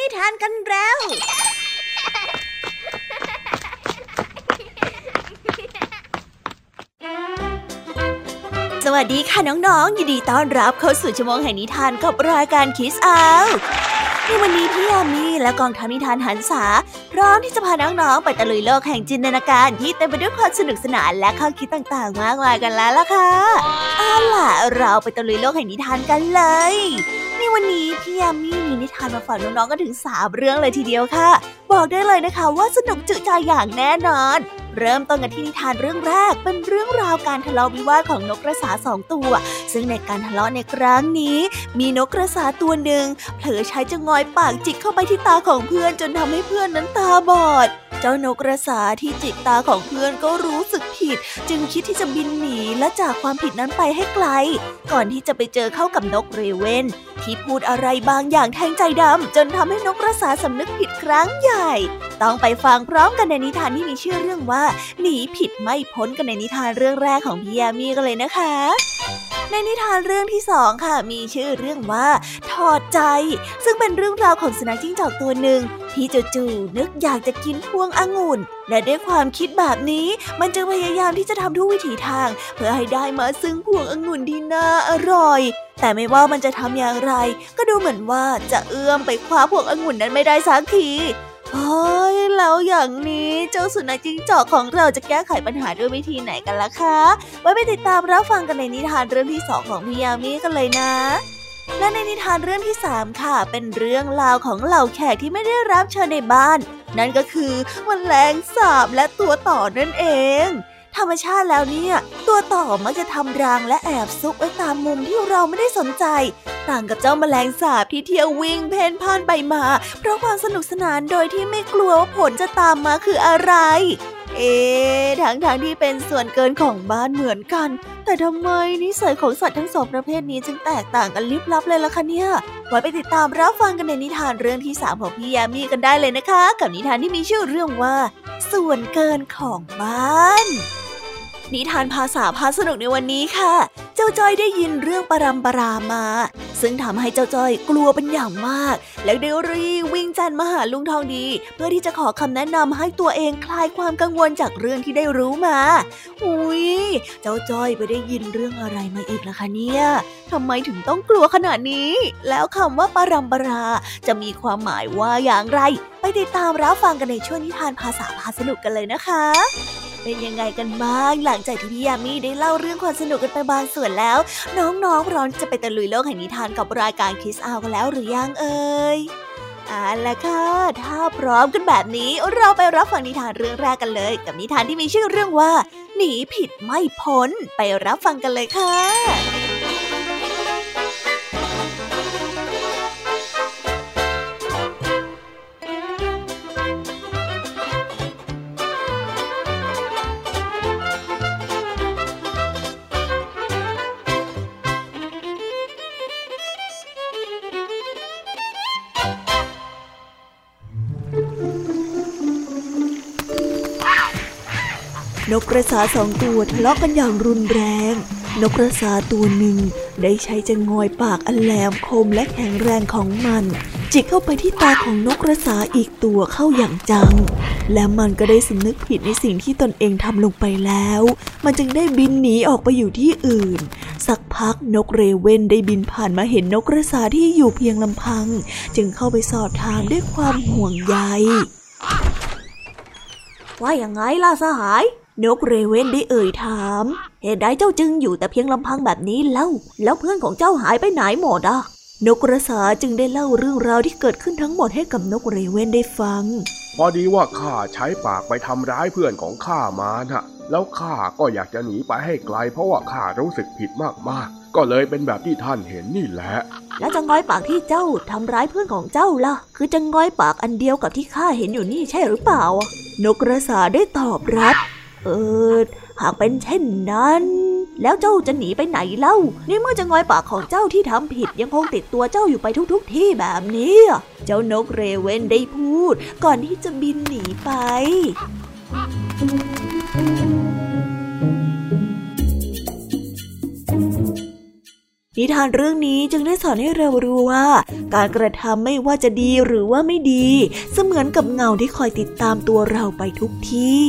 นิทานกันแล้วสวัสดีค่ะน้องๆยินดีต้อนรับเข้าสู่ชั่วโมงแห่งนิทานกับรายการ Kids Out ในวันนี้พี่ยามีและกองทัพนิทานหันษาพร้อมที่จะพาน้องๆไปตะลุยโลกแห่งจินตนาการที่เต็มไปด้วยความสนุกสนานและข้อคิดต่างๆมากมายกันแล้วล่ะค่ะเอาล่ะเราไปตะลุยโลกแห่งนิทานกันเลยในวันนี้พี่ยามีมีนิทานมาฝากน้องๆกันถึง3เรื่องเลยทีเดียวค่ะบอกได้เลยนะคะว่าสนุกจุใจอย่างแน่นอนเริ่มต้นกันที่นิทานเรื่องแรกเป็นเรื่องราวการทะเลาะวิวาทของนกกระสา2ตัวซึ่งในการทะเลาะในครั้งนี้มีนกกระสาตัวหนึ่งเผลอใช้จะงอยปากจิกเข้าไปที่ตาของเพื่อนจนทำให้เพื่อนนั้นตาบอดเจ้านกกระสาที่จิกตาของเพื่อนก็รู้สึกผิดจึงคิดที่จะบินหนีและจากความผิดนั้นไปให้ไกลก่อนที่จะไปเจอเข้ากับนกเรเว่นที่พูดอะไรบางอย่างแทงใจดำจนทำให้นกกระสาสำนึกผิดครั้งใหญ่ต้องไปฟังพร้อมกันในนิทานที่มีชื่อเรื่องว่าหนีผิดไม่พ้นกันในนิทานเรื่องแรกของพี่ยามีกันเลยนะคะในนิทานเรื่องที่2ค่ะมีชื่อเรื่องว่าถอดใจซึ่งเป็นเรื่องราวของสุนัขจิ้งจอกตัวหนึ่งที่จู่ๆนึกอยากจะกินพวงองุ่นและด้วยความคิดแบบนี้มันจึงพยายามที่จะทำทุกวิถีทางเพื่อให้ได้มาซึ่งพวงองุ่นที่น่าอร่อยแต่ไม่ว่ามันจะทำอย่างไรก็ดูเหมือนว่าจะเอื้อมไปคว้าพวงองุ่นนั้นไม่ได้สักทีเฮ้ยแล้วอย่างนี้เจ้าสุนัขจิ้งจอกของเราจะแก้ไขปัญหาด้วยวิธีไหนกันล่ะคะไว้ไปติดตามรับฟังกันในนิทานเรื่องที่2ของพี่ยามีกันเลยนะและในนิทานเรื่องที่3ค่ะเป็นเรื่องราวของเหล่าแขกที่ไม่ได้รับเชิญในบ้านนั่นก็คือแมลงสาบและตัวต่อนั่นเองธรรมชาติแล้วเนี่ยตัวต่อมักจะทำรังและแอบซุกไว้ตามมุมที่เราไม่ได้สนใจต่างกับเจ้าแมลงสาบที่เที่ยววิ่งเพ่นพ่านไปมาเพราะความสนุกสนานโดยที่ไม่กลัวว่าผลจะตามมาคืออะไรทั้งที่เป็นส่วนเกินของบ้านเหมือนกันแต่ทำไมนิสัยของสัตว์ทั้งสองประเภทนี้จึงแตกต่างกันลิบลับเลยล่ะคะเนี่ยไว้ไปติดตามรับฟังกันในนิทานเรื่องที่3ของพี่ยามีกันได้เลยนะคะกับนิทานที่มีชื่อเรื่องว่าส่วนเกินของบ้านนิทานภาษาพาสนุกในวันนี้ค่ะเจ้าจ้อยได้ยินเรื่องปรำปรามาซึ่งทำให้เจ้าจ้อยกลัวเป็นอย่างมากและได้รีบวิ่งจันมาหาลุงทองดีเพื่อที่จะขอคำแนะนำให้ตัวเองคลายความกังวลจากเรื่องที่ได้รู้มาอุ๊ยเจ้าจ้อยไปได้ยินเรื่องอะไรมาอีกล่ะคะเนี่ยทำไมถึงต้องกลัวขนาดนี้แล้วคำว่าปรำปราจะมีความหมายว่าอย่างไรไปติดตามรับฟังกันในช่วงนิทานภาษาพาสนุกกันเลยนะคะเป็นยังไงกันบ้างหลังจากที่พี่ยามีได้เล่าเรื่องความสนุกกันไปบางส่วนแล้วน้องๆพร้อมจะไปตะลุยโลกแห่งนิทานกับรายการ Kids Out กันแล้วหรือยังเอ่ยเอาล่ะค่ะถ้าพร้อมกันแบบนี้เราไปรับฟังนิทานเรื่องแรกกันเลยกับนิทานที่มีชื่อเรื่องว่าหนีผิดไม่พ้นไปรับฟังกันเลยค่ะนกกระสา2ตัวทะเลาะกันอย่างรุนแรงนกกระสาตัวหนึ่งได้ใช้จะงอยปากอันแหลมคมและแข็งแรงของมันจิกเข้าไปที่ตาของนกกระสาอีกตัวเข้าอย่างจังและมันก็ได้สำนึกผิดในสิ่งที่ตนเองทำลงไปแล้วมันจึงได้บินหนีออกไปอยู่ที่อื่นสักพักนกเรเว่นได้บินผ่านมาเห็นนกกระสาที่อยู่เพียงลำพังจึงเข้าไปสอบถามด้วยความห่วงใยว่าอย่างไงล่ะสหายนกเรเว่นได้เอ่ยถามเหตุใดเจ้าจึงอยู่แต่เพียงลำพังแบบนี้เล่าแล้วเพื่อนของเจ้าหายไปไหนหมดอ่ะนกกระสาจึงได้เล่าเรื่องราวที่เกิดขึ้นทั้งหมดให้กับนกเรเว่นได้ฟังพอดีว่าข้าใช้ปากไปทำร้ายเพื่อนของข้ามานะแล้วข้าก็อยากจะหนีไปให้ไกลเพราะว่าข้ารู้สึกผิดมากๆก็เลยเป็นแบบที่ท่านเห็นนี่แหละแล้วจะง้อยปากที่เจ้าทำร้ายเพื่อนของเจ้าล่ะคือจะง้อยปากอันเดียวกับที่ข้าเห็นอยู่นี่ใช่หรือเปล่านกกระสาได้ตอบรับหากเป็นเช่นนั้นแล้วเจ้าจะหนีไปไหนเล่าในเมื่อจะงอยปากของเจ้าที่ทำผิดยังคงติดตัวเจ้าอยู่ไปทุกที่แบบนี้เจ้านกเรเว่นได้พูดก่อนที่จะบินหนีไป นนิทานเรื่องนี้จึงได้สอนให้เรารู้ว่าการกระทำไม่ว่าจะดีหรือว่าไม่ดีเสมือนกับเงาที่คอยติดตามตัวเราไปทุกที่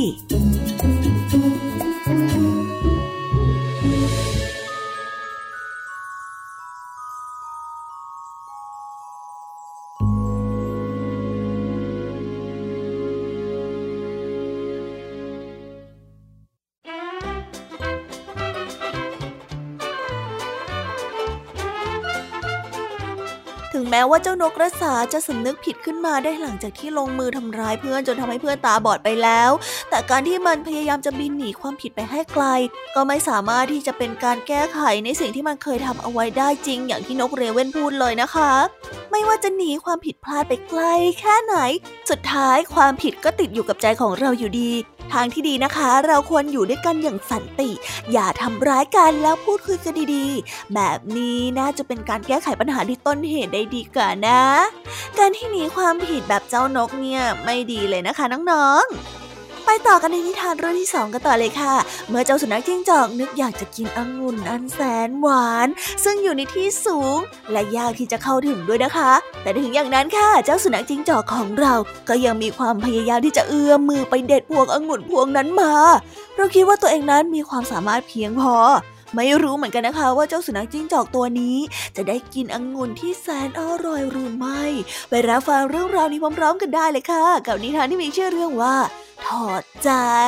ถึงแม้ว่าเจ้านกกระสาจะสำนึกผิดขึ้นมาได้หลังจากที่ลงมือทำร้ายเพื่อนจนทำให้เพื่อนตาบอดไปแล้วแต่การที่มันพยายามจะบินหนีความผิดไปให้ไกลก็ไม่สามารถที่จะเป็นการแก้ไขในสิ่งที่มันเคยทำเอาไว้ได้จริงอย่างที่นกเรเว่นพูดเลยนะคะไม่ว่าจะหนีความผิดพลาดไปไกลแค่ไหนสุดท้ายความผิดก็ติดอยู่กับใจของเราอยู่ดีทางที่ดีนะคะเราควรอยู่ด้วยกันอย่างสันติอย่าทำร้ายกันแล้วพูดคุยกันดีๆแบบนี้น่าจะเป็นการแก้ไขปัญหาที่ต้นเหตุได้ดีกว่านะการที่หนีความผิดแบบเจ้านกเนี่ยไม่ดีเลยนะคะน้องๆไปต่อกันในนิทานเรื่องที่2กันต่อเลยค่ะเมื่อเจ้าสุนัขจิ้งจอกนึกอยากจะกินองุ่นอันแสนหวานซึ่งอยู่ในที่สูงและยากที่จะเข้าถึงด้วยนะคะแต่ถึงอย่างนั้นค่ะเจ้าสุนัขจิ้งจอกของเราก็ยังมีความพยายามที่จะเอื้อมมือไปเด็ดพวงองุ่นพวงนั้นมาเพราะคิดว่าตัวเองนั้นมีความสามารถเพียงพอไม่รู้เหมือนกันนะคะว่าเจ้าสุนัขจิ้งจอกตัวนี้จะได้กินองุ่นที่แสนอร่อยหรือไม่ไปรับฟังเรื่องราวนี้พร้อมๆกันได้เลยค่ะกับนิทานที่มีชื่อเรื่องว่าถอดใจ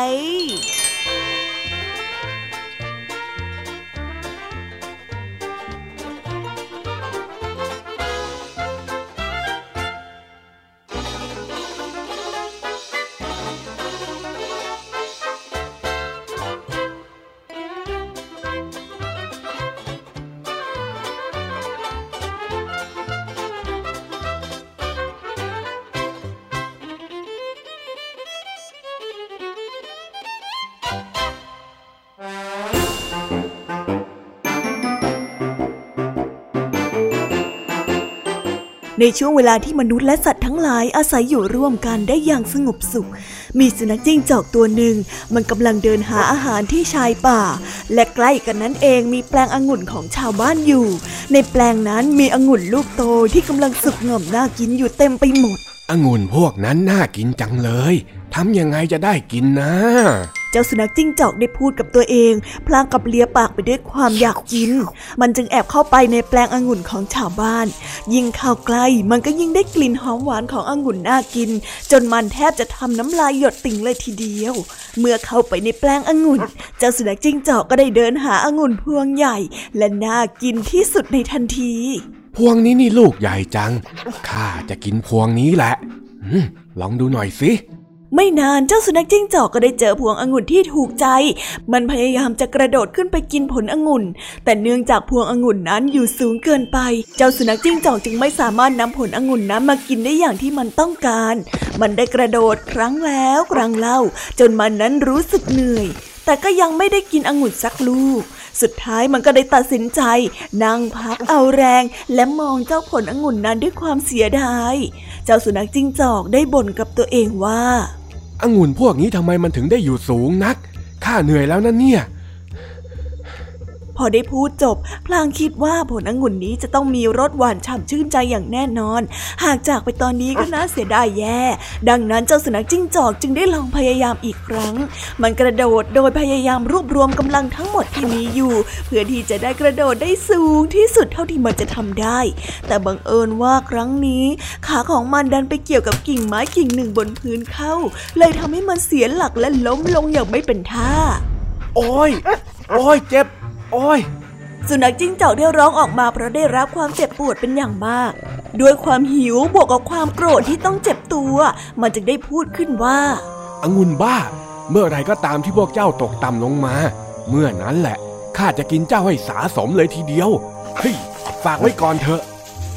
ในช่วงเวลาที่มนุษย์และสัตว์ทั้งหลายอาศัยอยู่ร่วมกันได้อย่างสงบสุขมีสุนัขจิ้งจอกตัวหนึ่งมันกำลังเดินหาอาหารที่ชายป่าและใกล้กันนั้นเองมีแปลงองุ่นของชาวบ้านอยู่ในแปลงนั้นมีองุ่นลูกโตที่กำลังสุกงอมน่ากินอยู่เต็มไปหมดองุ่นพวกนั้นน่ากินจังเลยทำยังไงจะได้กินนะเจ้าสุนัขจิ้งจอกได้พูดกับตัวเองพลางกับเลียปากไปด้วยความอยากกินมันจึงแอบเข้าไปในแปลงองุ่นของชาวบ้านยิ่งเข้าใกล้มันก็ยิ่งได้กลิ่นหอมหวานขององุ่นน่ากินจนมันแทบจะทำน้ำลายหยดติ่งเลยทีเดียวเมื่อเข้าไปในแปลงองุ่นเจ้าสุนัขจิ้งจอกก็ได้เดินหาองุ่นพวงใหญ่และน่ากินที่สุดในทันทีพวงนี้นี่ลูกใหญ่จังข้าจะกินพวงนี้แหละลองดูหน่อยสิไม่นานเจ้าสุนัขจิ้งจอกก็ได้เจอพวงองุ่นที่ถูกใจมันพยายามจะกระโดดขึ้นไปกินผลองุ่นแต่เนื่องจากพวงองุ่นนั้นอยู่สูงเกินไปเจ้าสุนัขจิ้งจอกจึงไม่สามารถนำผลองุ่นนั้นมากินได้อย่างที่มันต้องการมันได้กระโดดครั้งแล้วครั้งเล่าจนมันนั้นรู้สึกเหนื่อยแต่ก็ยังไม่ได้กินองุ่นสักลูกสุดท้ายมันก็ได้ตัดสินใจนั่งพักเอาแรงและมองเจ้าผลองุ่นนั้นด้วยความเสียดายเจ้าสุนัขจิ้งจอกได้บ่นกับตัวเองว่าองุ่นพวกนี้ทำไมมันถึงได้อยู่สูงนักข้าเหนื่อยแล้วนะเนี่ยพอได้พูดจบพลางคิดว่าผลองุ่นนี้จะต้องมีรสหวานฉ่ำชื่นใจอย่างแน่นอนหากจากไปตอนนี้ก็น่าเสียดายแย่ดังนั้นเจ้าสุนัขจิ้งจอกจึงได้ลองพยายามอีกครั้งมันกระโดดโดยพยายามรวบรวมกำลังทั้งหมดที่มีอยู่เพื่อที่จะได้กระโดดได้สูงที่สุดเท่าที่มันจะทำได้แต่บังเอิญว่าครั้งนี้ขาของมันดันไปเกี่ยวกับกิ่งไม้กิ่งหนึ่งบนพื้นเข้าเลยทำให้มันเสียหลักและล้มลงอย่างไม่เป็นท่าโอ้ยเจ็บโอ้ยสุนัขจิ้งจอกได้ร้องออกมาเพราะได้รับความเจ็บปวดเป็นอย่างมากด้วยความหิวบวกกับความโกรธที่ต้องเจ็บตัวมันจึงได้พูดขึ้นว่าองุ่นบ้าเมื่อไรก็ตามที่พวกเจ้าตกต่ำลงมาเมื่อนั้นแหละข้าจะกินเจ้าให้สาสมเลยทีเดียวเฮ้ยฝากไว้ก่อนเถอะ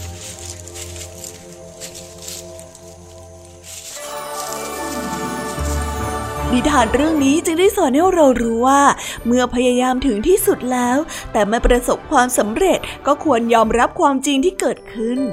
นิทานเรื่องนี้จึงได้สอนให้เรารู้ว่าเมื่อพยายามถึงที่สุดแล้วแต่ไม่ประสบความสำเร็จก็ควรยอมรับความจริงที่เกิดขึ้น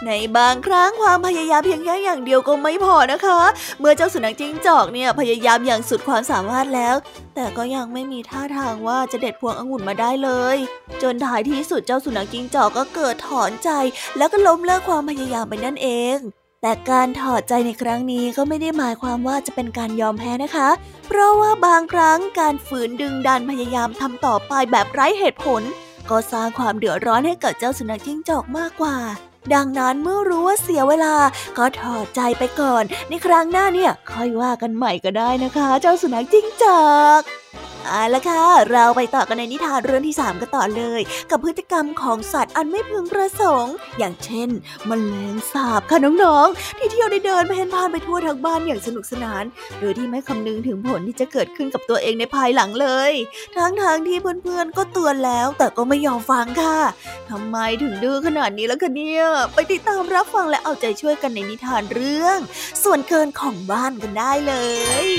ในบางครั้งความพยายามเพียงแค่อย่างเดียวก็ไม่พอนะคะเมื่อเจ้าสุนัขจิ้งจอกเนี่ยพยายามอย่างสุดความสามารถแล้วแต่ก็ยังไม่มีท่าทางว่าจะเด็ดพวงองุ่นมาได้เลยจนท้ายที่สุดเจ้าสุนัขจิ้งจอกก็เกิดถอนใจแล้วก็ล้มเลิกความพยายามไปนั่นเองแต่การถอดใจในครั้งนี้ก็ไม่ได้หมายความว่าจะเป็นการยอมแพ้นะคะเพราะว่าบางครั้งการฝืนดึงดันพยายามทำต่อไปแบบไร้เหตุผลก็สร้างความเดือดร้อนให้กับเจ้าสุนัขจิ้งจอกมากกว่าดังนั้นเมื่อรู้ว่าเสียเวลาก็ถอดใจไปก่อนในครั้งหน้าเนี่ยค่อยว่ากันใหม่ก็ได้นะคะเจ้าสุนัขจิ้งจอกเอาล่ะค่ะเราไปต่อกันในนิทานเรื่องที่3กันต่อเลยกับพฤติกรรมของสัตว์อันไม่พึงประสงค์อย่างเช่นแมลงสาบค่ะน้องๆที่เที่ยวได้เดินเพ่นพ่านไปทั่วทั้งบ้านอย่างสนุกสนานโดยที่ไม่คำนึงถึงผลที่จะเกิดขึ้นกับตัวเองในภายหลังเลยทั้งที่เพื่อนๆก็เตือนแล้วแต่ก็ไม่ยอมฟังค่ะทำไมถึงดื้อขนาดนี้ล่ะคะเนี่ยไปติดตามรับฟังและเอาใจช่วยกันในนิทานเรื่องส่วนเกินของบ้านกันได้เลย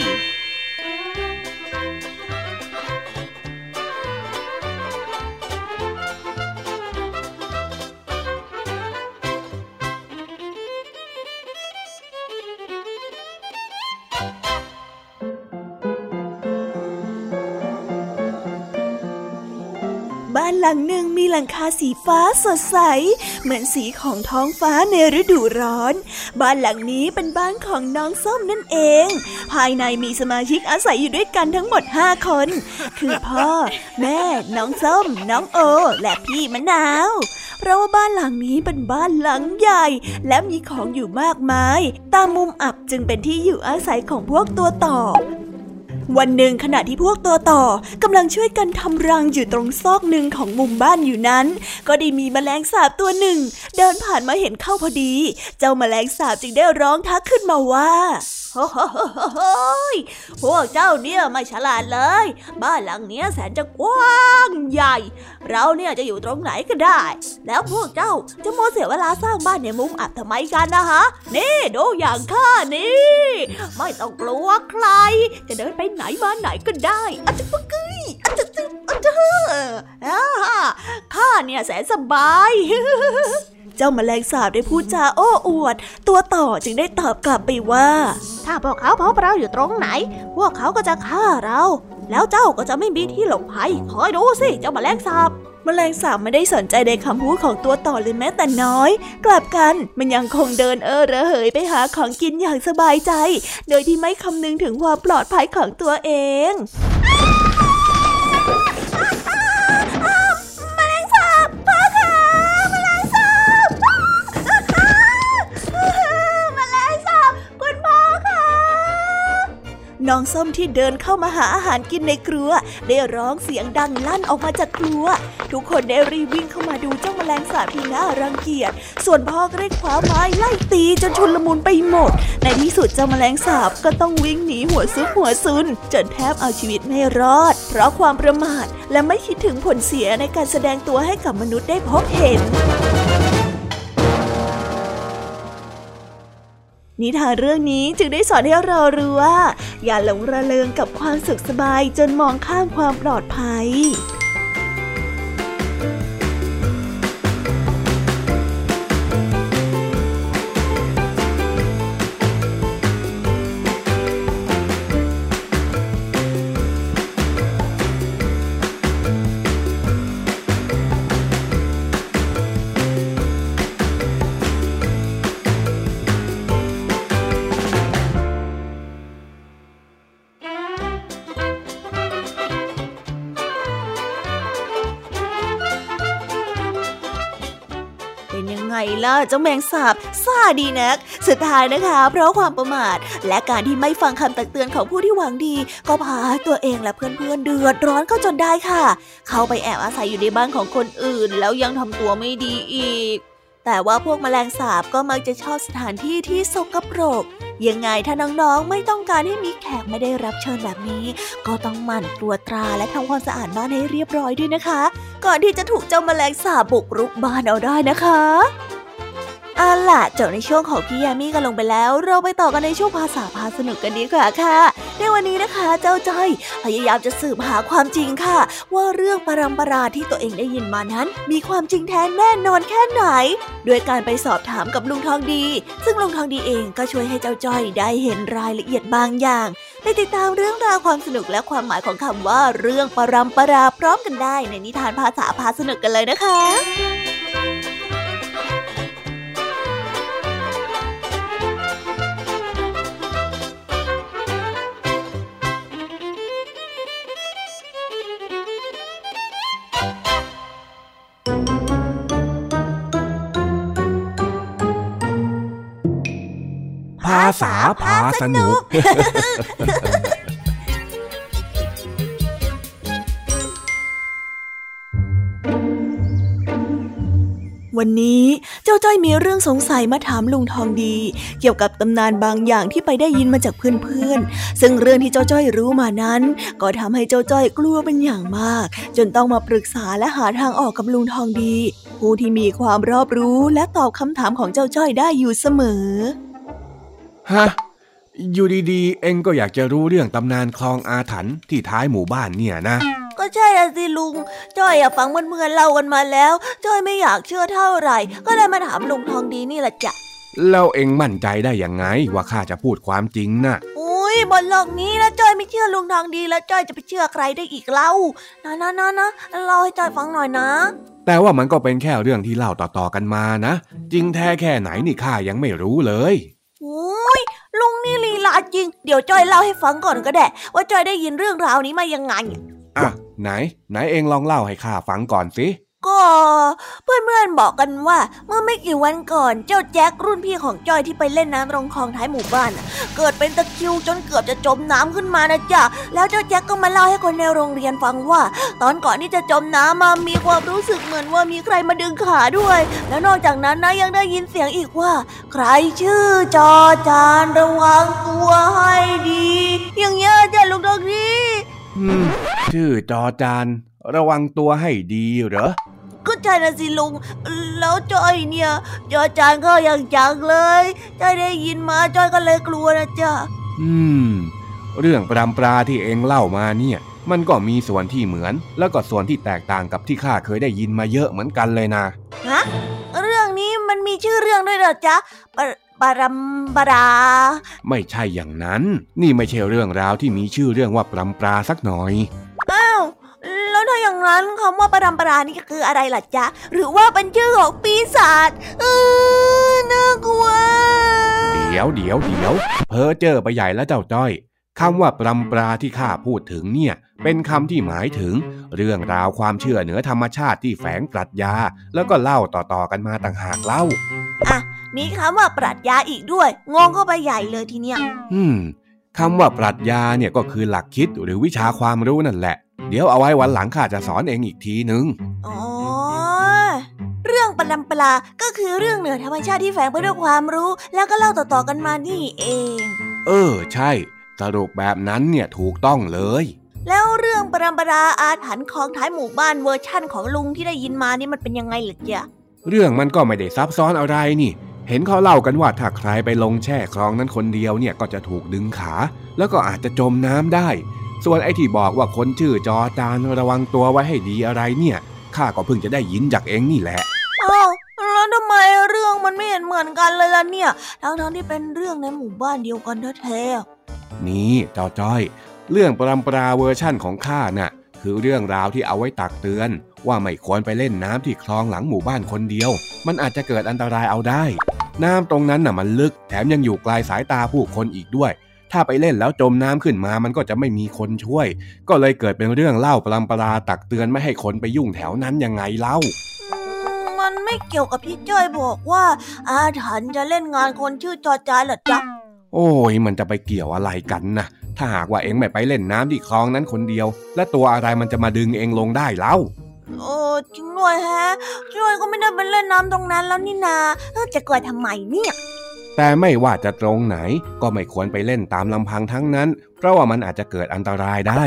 บ้านหลังหนึ่งมีหลังคาสีฟ้าสดใสเหมือนสีของท้องฟ้าในฤดูร้อนบ้านหลังนี้เป็นบ้านของน้องส้มนั่นเองภายในมีสมาชิกอาศัยอยู่ด้วยกันทั้งหมด5 คนคือพ่อแม่น้องส้มน้องโอและพี่มะนาวเพราะว่าบ้านหลังนี้เป็นบ้านหลังใหญ่และมีของอยู่มากมายตามมุมอับจึงเป็นที่อยู่อาศัยของพวกตัวต่อวันหนึ่งขณะที่พวกตัวต่อกำลังช่วยกันทำรังอยู่ตรงซอกหนึ่งของมุมบ้านอยู่นั้นก็ได้มีแมลงสาบตัวหนึ่งเดินผ่านมาเห็นเข้าพอดีเจ้าแมลงสาบจึงได้ร้องทักขึ้นมาว่าโอ้โหพวกเจ้าเนี่ยไม่ฉลาดเลยบ้านหลังเนี้ยแสนจะกว้างใหญ่เราเนี่ยจะอยู่ตรงไหนก็ได้แล้วพวกเจ้าจะมัวเสียเวลาสร้างบ้านในมุมอับทำไมกันนะฮะนี่ดูอย่างข้านี่ไม่ต้องกลัวใครจะเดินไปไหนมาไหนก็ได้อะจึ๊กปึ๊กอะจึ๊กจึ๊กอะจึ๊กข้าเนี่ยแสนสบายเจ้าแมลงสาบได้พูดจาโอ้อวดตัวต่อจึงได้ตอบกลับไปว่าถ้าพวกเขาพบเราอยู่ตรงไหนพวกเขาก็จะฆ่าเราแล้วเจ้าก็จะไม่มีที่หลบภัยคอยดูสิเจ้าแมลงสาบแมลงสาบไม่ได้สนใจในคำพูดของตัวต่อเลยแม้แต่น้อยกลับกันมันยังคงเดินระเหยไปหาของกินอย่างสบายใจโดยที่ไม่คำนึงถึงความปลอดภัยของตัวเองแมลงสาบพ่อค่ะแมลงสาบแมลงสาบคุณพ่อค่ะน้องส้มที่เดินเข้ามาหาอาหารกินในครัวได้ร้องเสียงดังลั่นออกมาจากครัวทุกคนได้รีบวิ่งเข้ามาดูเจ้าแมลงสาบที่น่ารังเกียจส่วนพ่อก็ได้คว้าไม้ไล่ตีจนชุลมุนไปหมดในที่สุดเจ้าแมลงสาบก็ต้องวิ่งหนีหัวซุกหัวซุนจนแทบเอาชีวิตไม่รอดเพราะความประมาทและไม่คิดถึงผลเสียในการแสดงตัวให้กับมนุษย์ได้พบเห็นนิทานเรื่องนี้จึงได้สอนให้เรารู้ว่าอย่าหลงระเริงกับความสุขสบายจนมองข้ามความปลอดภัย ไงล่ะเจ้าแมงสาบซ่าดีนักสุดท้ายนะคะเพราะความประมาทและการที่ไม่ฟังคำตักเตือนของผู้ที่หวังดีก็พาตัวเองและเพื่อนๆเดือดร้อนเข้าจนได้ค่ะเข้าไปแอบอาศัยอยู่ในบ้านของคนอื่นแล้วยังทำตัวไม่ดีอีกแต่ว่าพวกแมลงสาบก็มักจะชอบสถานที่ที่สกปรกยังไงถ้าน้องๆไม่ต้องการให้มีแขกไม่ได้รับเชิญแบบนี้ก็ต้องหมั่นตรวจตราและทำความสะอาดบ้านให้เรียบร้อยด้วยนะคะก่อนที่จะถูกเจ้าแมลงสาบบุกรุกบ้านเอาได้นะคะเอาล่ะจบในช่วงของพี่ยามีกันลงไปแล้วเราไปต่อกันในช่วงภาษาพาสนุกกันดีกว่าค่ะในวันนี้นะคะเจ้าจ้อยพยายามจะสืบหาความจริงค่ะว่าเรื่องปรัมปราที่ตัวเองได้ยินมานั้นมีความจริงแท้แน่นอนแค่ไหนด้วยการไปสอบถามกับลุงทองดีซึ่งลุงทองดีเองก็ช่วยให้เจ้าจ้อยได้เห็นรายละเอียดบางอย่างไปติดตามเรื่องราวความสนุกและความหมายของคำว่าเรื่องปรัมปราพร้อมกันได้ในนิทานภาษาพาสนุกกันเลยนะคะภาษาพาสนุกวันนี้เจ้าจ้อยมีเรื่องสงสัยมาถามลุงทองดีเกี่ยวกับตำนานบางอย่างที่ไปได้ยินมาจากเพื่อนๆซึ่งเรื่องที่เจ้าจ้อยรู้มานั้นก็ทำให้เจ้าจ้อยกลัวเป็นอย่างมากจนต้องมาปรึกษาและหาทางออกกับลุงทองดีผู้ที่มีความรอบรู้และตอบคำถามของเจ้าจ้อยได้อยู่เสมอฮะอยู่ดีๆเอ็งก็อยากจะรู้เรื่องตำนานคลองอาถรรพ์ที่ท้ายหมู่บ้านเนี่ยนะก็ใช่ละสิลุงจ้อยฟังเพื่อนๆเล่ากันมาแล้วจ้อยไม่อยากเชื่อเท่าไหร่ก็เลยมาถามลุงทองดีนี่แหละจ้ะแล้วเอ็งมั่นใจได้ยังไงว่าข้าจะพูดความจริงน่ะอุ้ยบนโลกนี้นะจ้อยไม่เชื่อลุงทองดีแล้วจ้อยจะไปเชื่อใครได้อีกเล่านะเล่าให้จ้อยฟังหน่อยนะแต่ว่ามันก็เป็นแค่เรื่องที่เล่าต่อๆกันมานะจริงแท้แค่ไหนนี่ข้ายังไม่รู้เลยอุ้ยลุงนี่ลีลาจริงเดี๋ยวจ้อยเล่าให้ฟังก่อนก็ได้ว่าจ้อยได้ยินเรื่องราวนี้มายังไงอ่ะไหนเองลองเล่าให้ข้าฟังก่อนสิก็เพื่อนๆบอกกันว่าเมื่อไม่กี่วันก่อนเจ้าแจ็ครุ่นพี่ของจ้อยที่ไปเล่นน้ำตรงคลองท้ายหมู่บ้านเกิดเป็นตะคริวจนเกือบจะจมน้ำขึ้นมานะจ๊ะแล้วเจ้าแจ็คก็มาเล่าให้คนในโรงเรียนฟังว่าตอนก่อนที่จะจมน้ำมามีความรู้สึกเหมือนว่ามีใครมาดึงขาด้วยแล้วนอกจากนั้นนะยังได้ยินเสียงอีกว่าใครชื่อจอจานระวังตัวให้ดีอย่างเงี้ยจ้ะลุงทองดีชื่อจอจานระวังตัวให้ดีเหรอก็ใช่นะสิลุงแล้วจ้อยเนี่ยจอจานก็อย่างจังเลยจ้อยได้ยินมาจ้อยก็เลยกลัวนะจ๊ะเรื่องปรำปราที่เอ็งเล่ามาเนี่ยมันก็มีส่วนที่เหมือนแล้วก็ส่วนที่แตกต่างกับที่ข้าเคยได้ยินมาเยอะเหมือนกันเลยนะฮะเรื่องนี้มันมีชื่อเรื่องด้วยเหรอจ๊ะปรัมปราไม่ใช่อย่างนั้นนี่ไม่ใช่เรื่องราวที่มีชื่อเรื่องว่าปรำปราสักหน่อยอ้าวแล้วถ้าอย่างนั้นคำว่าปรัมปรานี่คืออะไรล่ะจ๊ะหรือว่าเป็นชื่อของปีศาจน่ากลัวเดี๋ยวเพ้อเจ้อไปใหญ่แล้วเจ้าจ้อยคำว่าปรำปราที่ข้าพูดถึงเนี่ยเป็นคำที่หมายถึงเรื่องราวความเชื่อเหนือธรรมชาติที่แฝงปรัชญาแล้วก็เล่าต่อๆกันมาต่างหากเล่าอ่ะมีคำว่าปรัชญาอีกด้วยงงเข้าไปใหญ่เลยทีเนี้ยคำว่าปรัชญาเนี่ยก็คือหลักคิดหรือวิชาความรู้นั่นแหละเดี๋ยวเอาไว้วันหลังข้าจะสอนเองอีกทีนึงอ๋อเรื่องปรัมปราก็คือเรื่องเหนือธรรมชาติที่แฝงไปด้วยความรู้แล้วก็เล่าต่อๆกันมานี่เองใช่สรุปแบบนั้นเนี่ยถูกต้องเลยแล้วเรื่องปรัมปราอาถรรพ์ของท้ายหมู่บ้านเวอร์ชั่นของลุงที่ได้ยินมานี่มันเป็นยังไงล่ะจ๊ะเรื่องมันก็ไม่ได้ซับซ้อนอะไรนี่เห็นเขาเล่ากันว่าถ้าใครไปลงแช่คลองนั้นคนเดียวเนี่ยก็จะถูกดึงขาแล้วก็อาจจะจมน้ำได้ส่วนไอ้ที่บอกว่าคนชื่อจอจานระวังตัวไว้ให้ดีอะไรเนี่ยข้าก็เพิ่งจะได้ยินจากเองนี่แหละอ้าวแล้วทำไมเรื่องมันไม่เห็นเหมือนกันเลยล่ะเนี่ยทั้งที่เป็นเรื่องในหมู่บ้านเดียวกันแท้ๆนี่เจ้าจ้อยเรื่องปรัมปราเวอร์ชั่นของข้าน่ะคือเรื่องราวที่เอาไว้ตักเตือนว่าไม่ควรไปเล่นน้ำที่คลองหลังหมู่บ้านคนเดียวมันอาจจะเกิดอันตรายเอาได้น้ำตรงนั้นน่ะมันลึกแถมยังอยู่ไกลสายตาผู้คนอีกด้วยถ้าไปเล่นแล้วจมน้ำขึ้นมามันก็จะไม่มีคนช่วยก็เลยเกิดเป็นเรื่องเล่าปรัมปราตักเตือนไม่ให้คนไปยุ่งแถวนั้นยังไงเล่ามันไม่เกี่ยวกับที่จ้อยบอกว่าอาถรรพ์จะเล่นงานคนชื่อจอจานเหรอจ๊ะโอ้ยมันจะไปเกี่ยวอะไรกันนะถ้าหากว่าเอ็งไม่ไปเล่นน้ำที่คลองนั้นคนเดียวและตัวอะไรมันจะมาดึงเอ็งลงได้เล่าจริงด้วยแฮะจ้อยก็ไม่ได้ไปเล่นน้ำตรงนั้นแล้วนี่นาจะกลัวทำไมเนี่ยแต่ไม่ว่าจะตรงไหนก็ไม่ควรไปเล่นตามลำพังทั้งนั้นเพราะว่ามันอาจจะเกิดอันตรายได้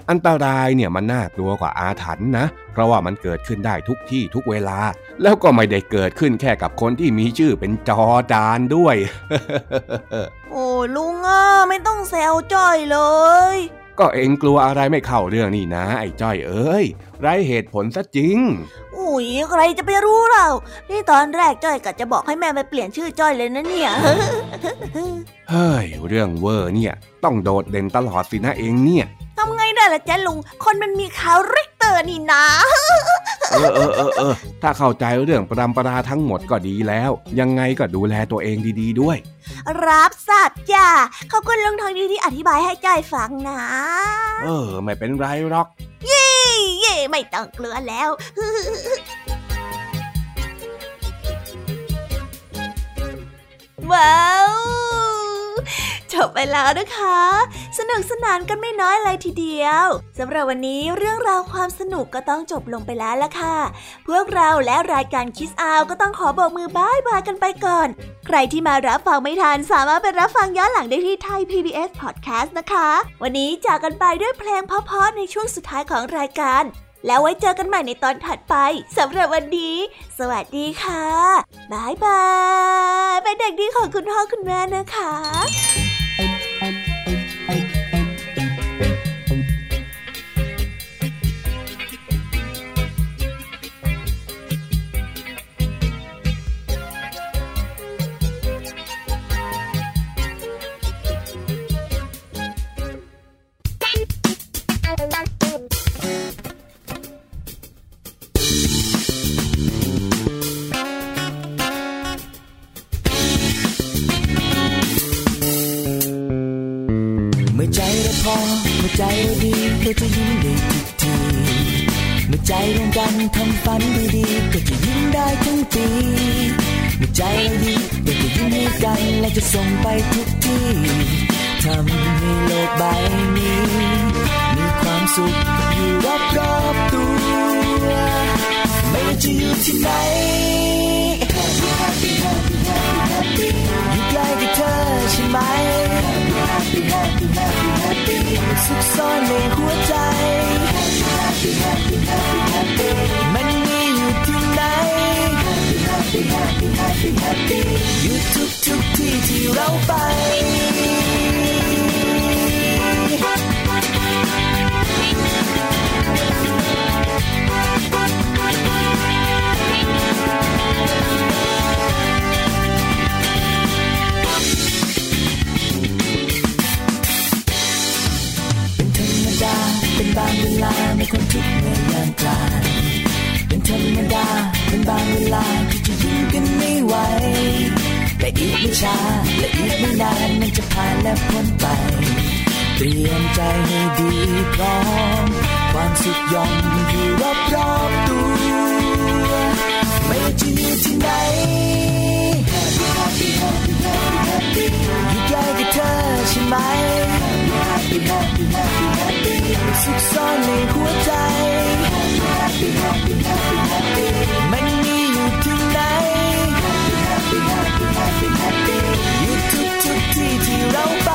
อันตรายเนี่ยมันน่ากลัวกว่าอาถรรพ์นะเพราะว่ามันเกิดขึ้นได้ทุกที่ทุกเวลาแล้วก็ไม่ได้เกิดขึ้นแค่กับคนที่มีชื่อเป็นจอจานด้วยโอ้ลุงไม่ต้องแซวจ้อยเลยก็เอ็งกลัวอะไรไม่เข้าเรื่องนี่นะไอ้จ้อยเอ้ยไร้เหตุผลซะจริงอุ้ยใครจะไปรู้เรานี่ตอนแรกจ้อยกะจะบอกให้แม่ไปเปลี่ยนชื่อจ้อยเลยนะเนี่ยเฮ้ยเรื่องเวอร์เนี่ยต้องโดดเด่นตลอดสินะเองเนี่ยทำไงได้ล่ะจ๊ะลุงคนมันมีคาแรคเตอร์นี่นะถ้าเข้าใจเรื่องปรำปราทั้งหมดก็ดีแล้วยังไงก็ดูแลตัวเองดีๆด้วยรับทราบจ้าขอบคุณลุงทองดีที่อธิบายให้จ้อยฟังนะไม่เป็นไรหรอกเย่ไม่ต้องกลัวแล้ว ว้าวจบไปแล้วนะคะสนุกสนานกันไม่น้อยเลยทีเดียวสำหรับวันนี้เรื่องราวความสนุกก็ต้องจบลงไปแล้วล่ะค่ะพวกเราและรายการคิสอาวก็ต้องขอบอกมือบ๊ายบายกันไปก่อนใครที่มารับฟังไม่ทันสามารถไปรับฟังย้อนหลังได้ที่ไทย PBS Podcast นะคะวันนี้จากกันไปด้วยเพลงเพราะๆในช่วงสุดท้ายของรายการแล้วไว้เจอกันใหม่ในตอนถัดไปสำหรับวันนี้สวัสดีค่ะบ๊ายบายเป็นเด็กดีของคุณพ่อคุณแม่นะคะใจดีก็จะยิ้มได้ทุกทีเมื่อใจร่วมกันทำฝันดีๆก็จะยิ้มได้ทั้งปีเมื่อใจดีก็จะยิ้มให้กันและจะส่งไปทุกที่ทำให้โลกใบนี้มีความสุขอยู่รอบๆตัวไม่ว่าจะอยู่ที่ไหน Happy Happy Happy Happy Happy อยู่ใกล้กับเธอใช่ไหม Happy Happy Happy Happy สุขซ่อนในหัวใจ Happy Happy Happy Happy มันมีอยู่ที่ไหน Happy Happy Happy Happy อยู่ทุกที่ที่เราไปเป็นบางเวลาในความทุกข์ในยามกลางเป็นธรรมดาเป็นบางเวลาที่จะยิ้มกันไม่ไหวแต่อีกไม่ช้าและอีกไม่นานมันจะผ่านและพ้นไปเตรียมใจให้ดีพร้อมความสุขย่อมอยู่รอบๆตัวไม่ว่าจะอยู่ที่ไหน Happy Happy Happy Happy Happy อยู่ใกล้กับเธอใช่ไหม Happy Happy Happy Happy สุขซ่อนในหัวใจ Happy Happy Happy Happy มันมีอยู่ที่ไหน Happy Happy Happy Happy อยู่ทุกที่ที่เราไป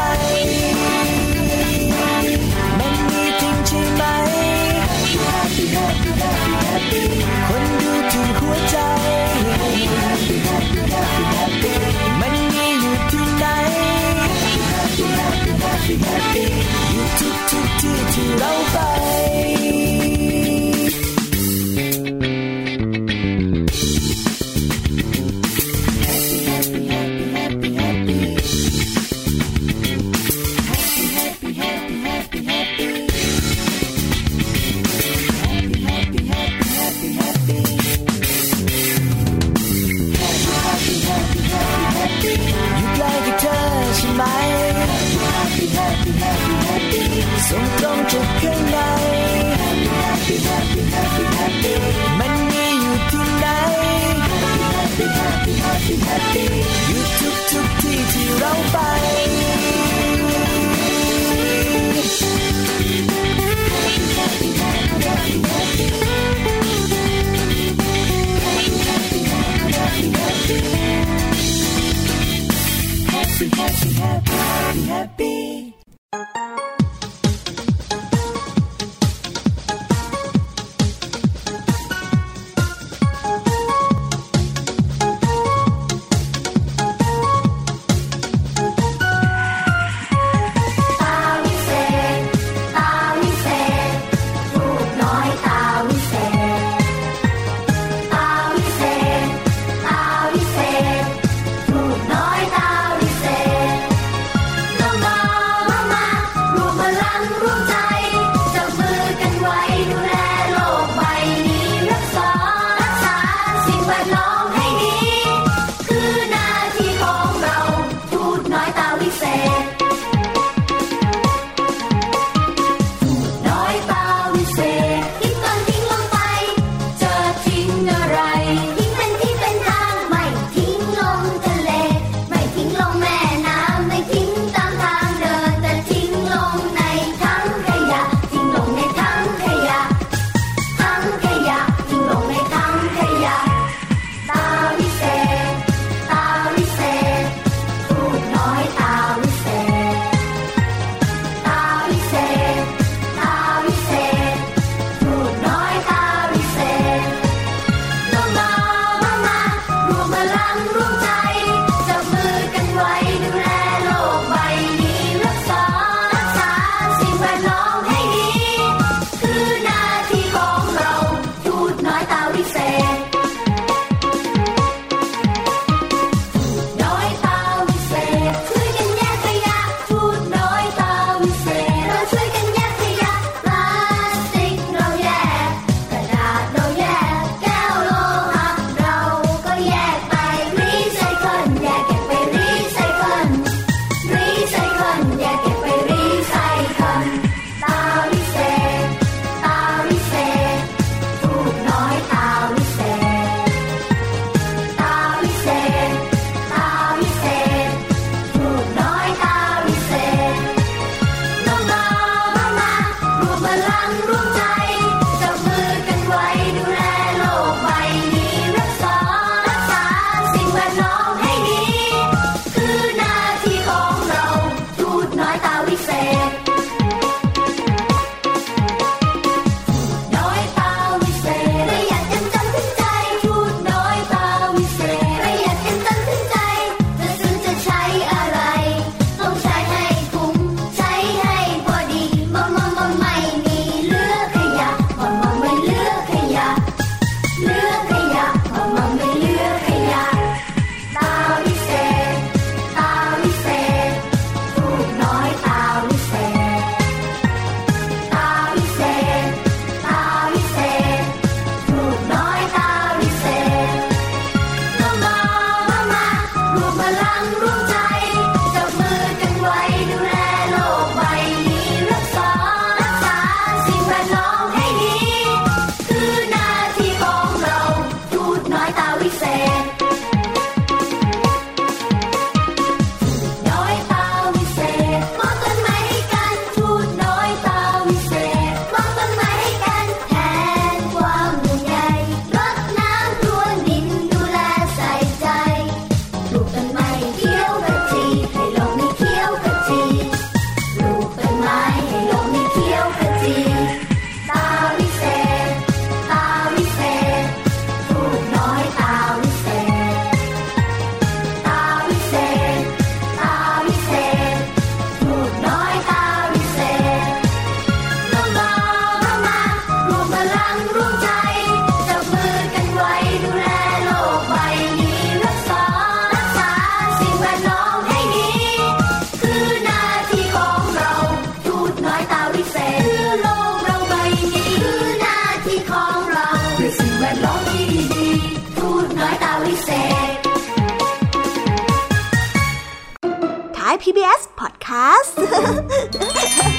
มันมีจริงใช่ไหม Happy Happy Happy Happy คนดูที่หัวใจ Happy Happy Happy Happy มันมีอยู่ที่ไหน Happy Happy Happy Happy อยู่ทุกที่ที่เราไปคัส